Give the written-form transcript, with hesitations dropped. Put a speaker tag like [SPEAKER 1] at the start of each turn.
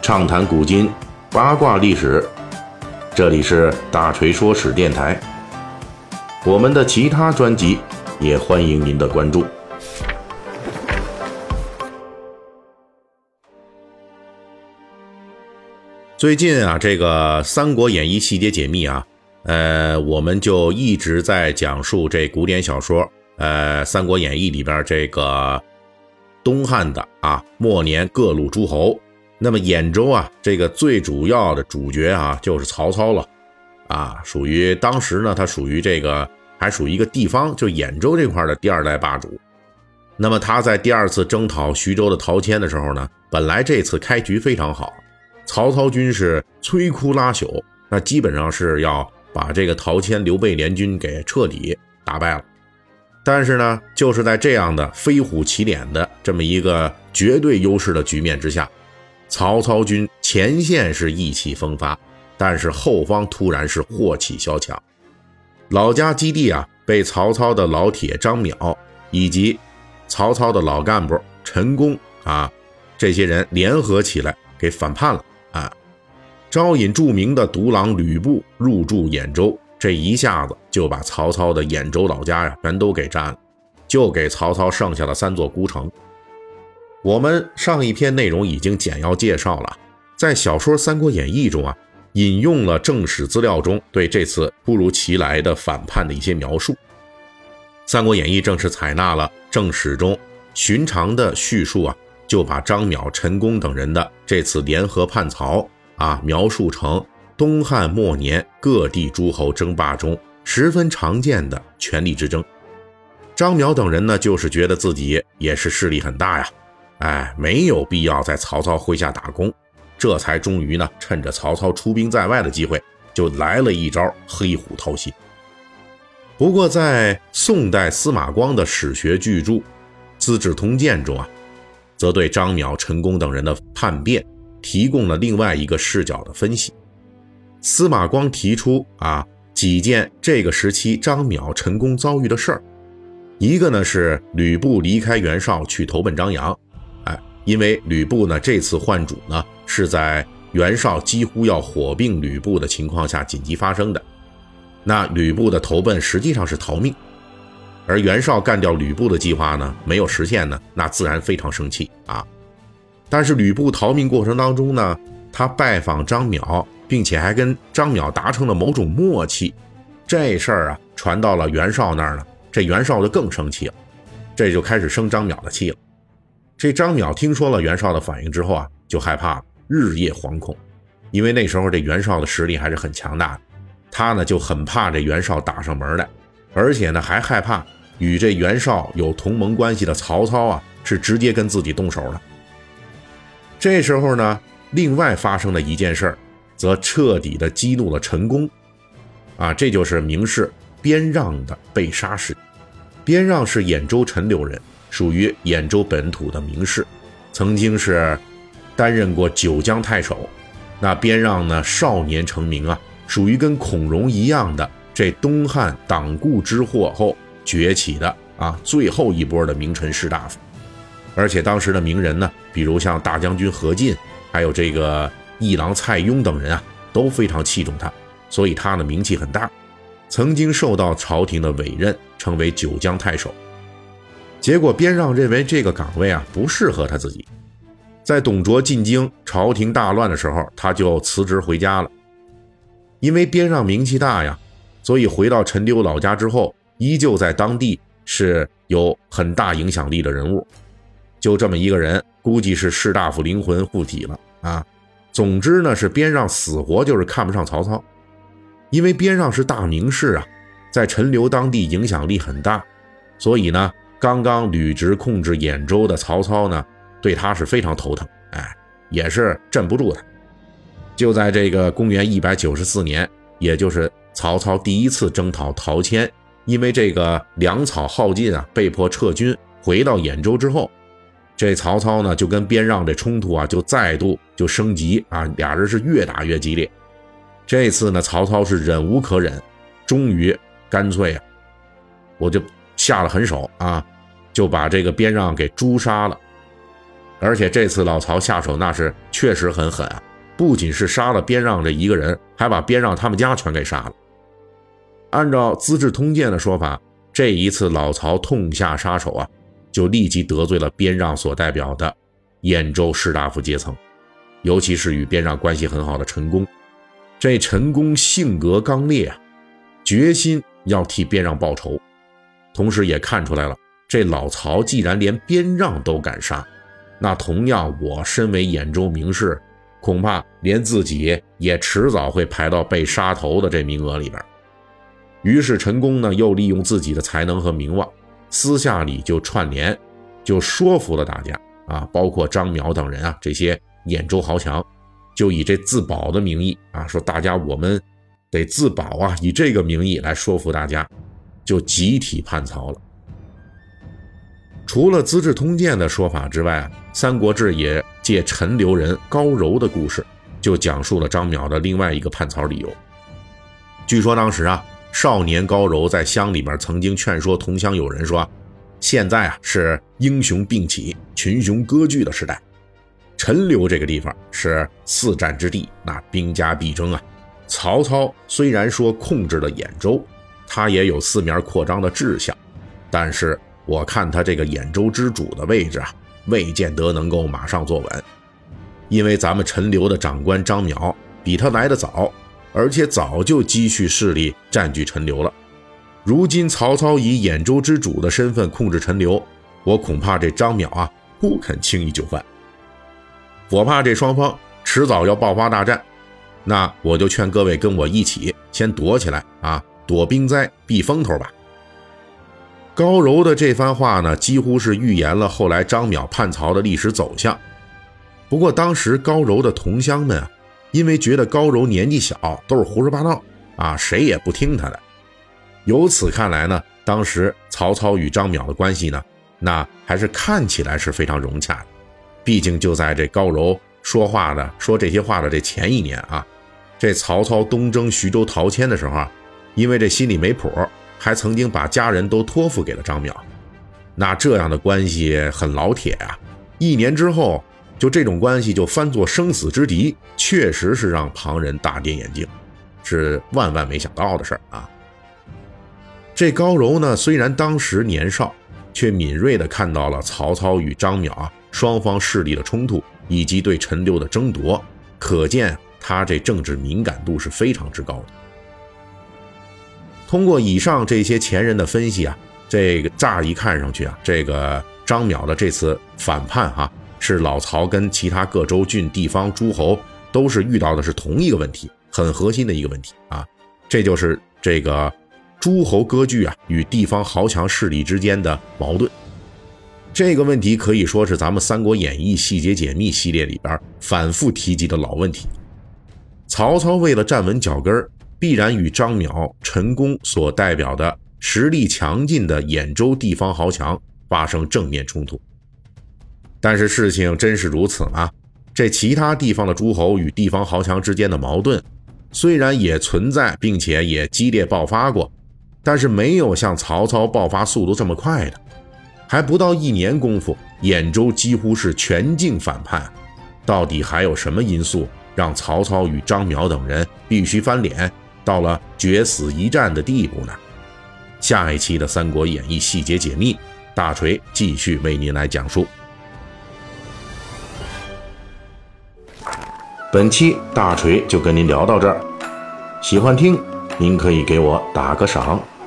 [SPEAKER 1] 畅谈古今，八卦历史。这里是大锤说史电台。我们的其他专辑也欢迎您的关注。最近啊，这个《三国演义》细节解密啊，我们就一直在讲述这古典小说《三国演义》里边这个东汉的末年各路诸侯。那么兖州啊，这个最主要的主角啊就是曹操了属于当时呢，他属于这个还属于一个地方，就兖州这块的第二代霸主。那么他在第二次征讨徐州的陶谦的时候呢，本来这次开局非常好，曹操军是摧枯拉朽，那基本上是要把这个陶谦刘备联军给彻底打败了。但是呢，就是在这样的飞虎骑脸的这么一个绝对优势的局面之下，曹操军前线是意气风发，但是后方突然是祸起萧墙。老家基地被曹操的老铁张邈以及曹操的老干部陈宫这些人联合起来给反叛了招引著名的独狼吕布入驻兖州，这一下子就把曹操的兖州老家全都给占了，就给曹操剩下的3座孤城。我们上一篇内容已经简要介绍了，在小说《三国演义》中引用了正史资料中对这次突如其来的反叛的一些描述。《三国演义》正是采纳了正史中寻常的叙述就把张邈、陈宫等人的这次联合叛曹描述成东汉末年各地诸侯争霸中十分常见的权力之争。张邈等人呢，就是觉得自己也是势力很大没有必要在曹操麾下打工，这才终于呢，趁着曹操出兵在外的机会，就来了一招黑虎掏心。不过在宋代司马光的史学巨著《资治通鉴》中则对张邈、陈宫等人的叛变提供了另外一个视角的分析。司马光提出几件这个时期张邈、陈宫遭遇的事儿。一个呢是吕布离开袁绍去投奔张扬，因为吕布呢这次换主呢是在袁绍几乎要火并吕布的情况下紧急发生的。那吕布的投奔实际上是逃命，而袁绍干掉吕布的计划呢没有实现呢，那自然非常生气但是吕布逃命过程当中呢，他拜访张邈，并且还跟张邈达成了某种默契。这事儿传到了袁绍那儿呢，这袁绍就更生气了，这就开始生张邈的气了。这张邈听说了袁绍的反应之后就害怕了，日夜惶恐，因为那时候这袁绍的实力还是很强大的，他呢就很怕这袁绍打上门来，而且呢还害怕与这袁绍有同盟关系的曹操是直接跟自己动手的。这时候呢，另外发生的一件事则彻底的激怒了陈宫这就是名士边让的被杀事。边让是兖州陈留人，属于兖州本土的名士，曾经是担任过九江太守。那边让呢少年成名属于跟孔融一样的这东汉党锢之祸后崛起的最后一波的名臣士大夫。而且当时的名人呢，比如像大将军何进，还有这个议郎蔡邕等人都非常器重他，所以他的名气很大，曾经受到朝廷的委任，成为九江太守。结果边让认为这个岗位不适合他自己，在董卓进京朝廷大乱的时候，他就辞职回家了。因为边让名气大所以回到陈留老家之后，依旧在当地是有很大影响力的人物。就这么一个人，估计是士大夫灵魂附体了总之呢，是边让死活就是看不上曹操。因为边让是大名士在陈留当地影响力很大，所以呢刚刚履职控制兖州的曹操呢，对他是非常头疼也是镇不住他。就在这个公元194年，也就是曹操第一次征讨陶谦，因为这个粮草耗尽被迫撤军回到兖州之后，这曹操呢就跟边让这冲突就再度就升级俩人是越打越激烈。这次呢曹操是忍无可忍，终于干脆我就下了狠手就把这个边让给诛杀了。 而且这次老曹下手那是确实很狠啊，不仅是杀了边让这一个人，还把边让他们家全给杀了。按照《资治通鉴》的说法，这一次老曹痛下杀手啊，就立即得罪了边让所代表的兖州士大夫阶层，尤其是与边让关系很好的陈宫。这陈宫性格刚烈啊，决心要替边让报仇，同时也看出来了，这老曹既然连边让都敢杀，那同样我身为兖州名士，恐怕连自己也迟早会排到被杀头的这名额里边。于是陈宫呢，又利用自己的才能和名望，私下里就串联，就说服了大家啊，包括张邈等人啊，这些兖州豪强，就以这自保的名义啊，说大家我们得自保啊，以这个名义来说服大家，就集体叛曹了。除了《资治通鉴》的说法之外啊，《三国志》也借陈留人高柔的故事，就讲述了张邈的另外一个叛曹理由。据说当时啊，少年高柔在乡里边曾经劝说同乡友人说，现在啊是英雄并起、群雄割据的时代，陈留这个地方是四战之地，那兵家必争啊。曹操虽然说控制了兖州，他也有四面扩张的志向，但是我看他这个兖州之主的位置啊，未见得能够马上坐稳，因为咱们陈留的长官张邈比他来得早，而且早就积蓄势力占据陈留了。如今曹操以兖州之主的身份控制陈留，我恐怕这张邈啊不肯轻易就范，我怕这双方迟早要爆发大战，那我就劝各位跟我一起先躲起来啊，躲兵灾避风头吧。高柔的这番话呢，几乎是预言了后来张邈叛曹的历史走向。不过当时高柔的同乡们啊，因为觉得高柔年纪小，都是胡说八道啊，谁也不听他的。由此看来呢，当时曹操与张邈的关系呢，那还是看起来是非常融洽的。毕竟就在这高柔说这些话的这前一年啊，这曹操东征徐州陶谦的时候啊，因为这心里没谱，还曾经把家人都托付给了张邈。那这样的关系很老铁啊，一年之后就这种关系就翻作生死之敌，确实是让旁人大跌眼镜，是万万没想到的事儿啊。这高柔呢，虽然当时年少，却敏锐地看到了曹操与张邈啊双方势力的冲突，以及对陈留的争夺，可见他这政治敏感度是非常之高的。通过以上这些前人的分析啊，这个乍一看上去啊，这个张邈的这次反叛啊，是老曹跟其他各州郡地方诸侯都是遇到的是同一个问题，很核心的一个问题啊，这就是这个诸侯割据啊与地方豪强势力之间的矛盾。这个问题可以说是咱们《三国演义》细节解密系列里边反复提及的老问题。曹操为了站稳脚跟，必然与张邈、陈宫所代表的实力强劲的兖州地方豪强发生正面冲突。但是事情真是如此吗？这其他地方的诸侯与地方豪强之间的矛盾虽然也存在，并且也激烈爆发过，但是没有像曹操爆发速度这么快的。还不到一年功夫，兖州几乎是全境反叛。到底还有什么因素让曹操与张邈等人必须翻脸，到了决死一战的地步呢？下一期的《三国演义》细节解密，大锤继续为您来讲述。本期大锤就跟您聊到这儿，喜欢听您可以给我打个赏。